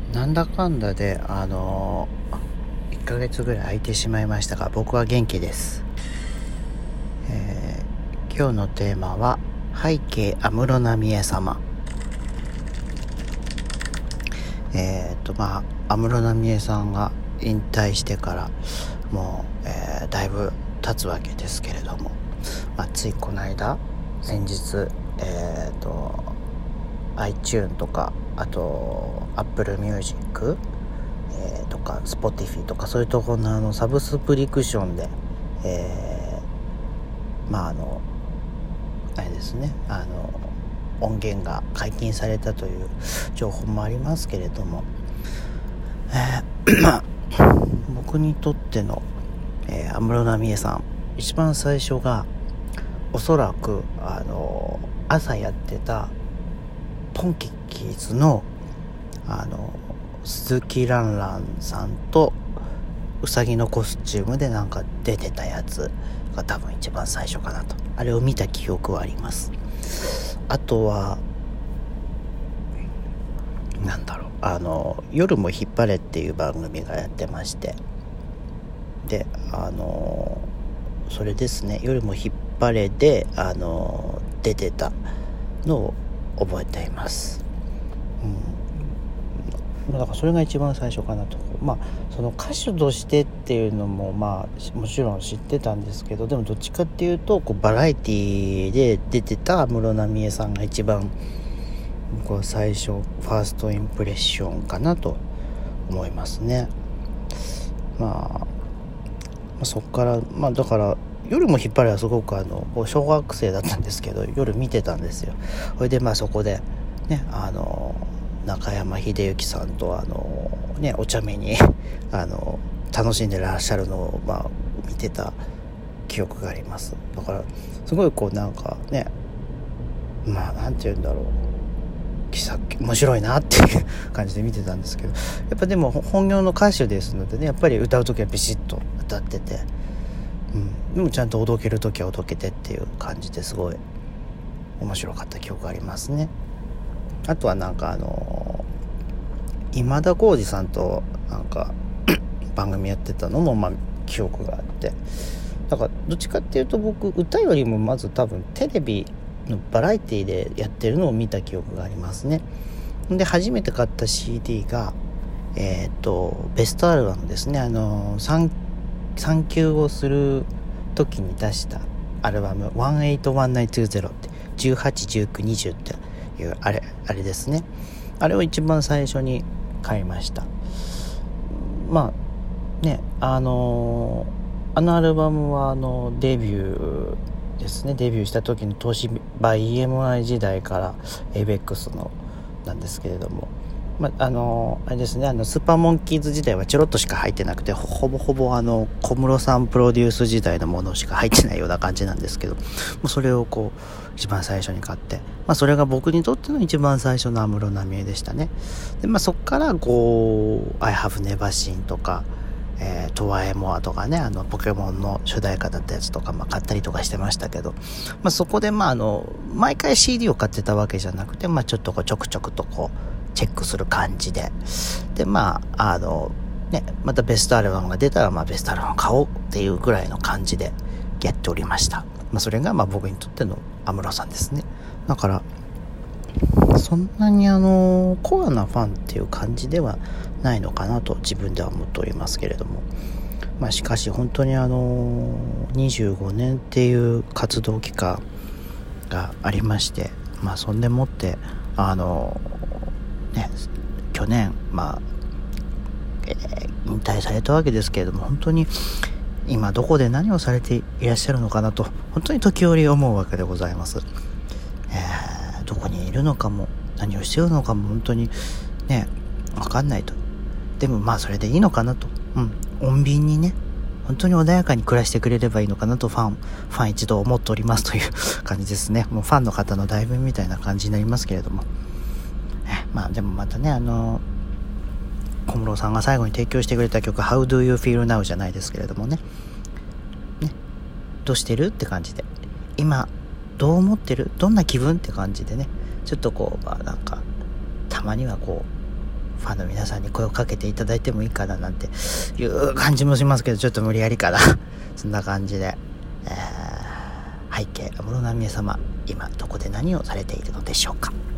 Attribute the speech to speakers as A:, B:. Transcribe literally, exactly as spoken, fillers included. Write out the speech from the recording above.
A: なんだかんだであのいっかげつぐらい空いてしまいましたが、僕は元気です。えー、今日のテーマは背景安室奈美恵様。えーとまあ安室奈美恵さんが引退してからもう、えー、だいぶ経つわけですけれども、まあ、ついこの間先日えーと iTunes とか、あと Apple Music、えー、とか Spotify とか、そういうところのあのサブスプリクションで、えー、まああのあれですねあの音源が解禁されたという情報もありますけれども、えー、まあ僕にとってのえー、安室奈美恵さん、一番最初がおそらくあの朝やってたポンキッキーズのあの鈴木蘭蘭さんとうさぎのコスチュームでなんか出てたやつが多分一番最初かなと。あれを見た記憶はあります。あとはなんだろうあの夜も引っ張れっていう番組がやってまして、であのそれですね、夜も引っ張れであの出てたのを覚えています。うん、だからそれが一番最初かなと。まあその歌手としてっていうのもまあもちろん知ってたんですけど、でもどっちかっていうとこうバラエティで出てた安室奈美恵さんが一番こう最初ファーストインプレッションかなと思いますね。まあそっから、まあだから夜も引っ張れはすごくあの小学生だったんですけど、夜見てたんですよ。それでまあそこでね、あの中山秀征さんとあのねお茶目にあの楽しんでらっしゃるのをまあ見てた記憶があります。だからすごいこうなんかね、まあなんて言うんだろう、面白いなっていう感じで見てたんですけど、やっぱでも本業の歌手ですのでね、やっぱり歌う時はビシッと歌ってて、うん、でもちゃんと踊ける時は踊けてっていう感じですごい面白かった記憶がありますね。あとはなんかあの今田耕司さんとなんか番組やってたのもまあ記憶があって、だからどっちかっていうと僕歌よりもまず多分テレビのバラエティでやってるのを見た記憶がありますね。で初めて買った シーディー がえっ、ー、とベストアルバムですね、あの産産休をする時に出したアルバムじゅうはちいちきゅうぜろってじゅうはち、じゅうきゅう、にじゅうっていうあれあれですね。あれを一番最初に買いました。まあねあのあのアルバムはあのデビューですね、デビューした時の東芝 イーエムアイ 時代からエイベックスのなんですけれども、まあのあれですね、あのスーパーモンキーズ時代はちょろっとしか入ってなくて、ほぼほぼあの小室さんプロデュース時代のものしか入ってないような感じなんですけど、もうそれをこう一番最初に買って、まあ、それが僕にとっての一番最初の安室奈美恵でしたね。で、まあ、そっからこう I have never seen とかえー、トワエモアとかね、あのポケモンの主題歌だったやつとか、まあ、買ったりとかしてましたけど、まあ、そこでまああの毎回 シーディー を買ってたわけじゃなくて、まあ、ちょっとこうちょくちょくとこうチェックする感じで、でまああのねまたベストアルバムが出たら、まあベストアルバム買おうっていうぐらいの感じでやっておりました。まあ、それがまあ僕にとっての安室さんですね。だからそんなにあのコアなファンっていう感じではないのかなと自分では思っておりますけれども、まあしかし本当にあのにじゅうごねんっていう活動期間がありまして、まあそんでもってあのね去年まあ、えー、引退されたわけですけれども、本当に今どこで何をされていらっしゃるのかなと本当に時折思うわけでございます。えー、どこにいるのかも何をしているのかも本当にね分かんないと。でもまあそれでいいのかなと、うん、穏便にね本当に穏やかに暮らしてくれればいいのかなとファンファン一同思っておりますという感じですね。もうファンの方の代弁みたいな感じになりますけれども、えまあでもまたねあの小室さんが最後に提供してくれた曲 How do you feel now じゃないですけれどもねねどうしてるって感じで、今どう思ってるどんな気分って感じでね、ちょっとこうまあなんかたまにはこうファンの皆さんに声をかけていただいてもいいかななんていう感じもしますけど、ちょっと無理やりかなそんな感じで、えー、背景安室奈美恵様、今どこで何をされているのでしょうか。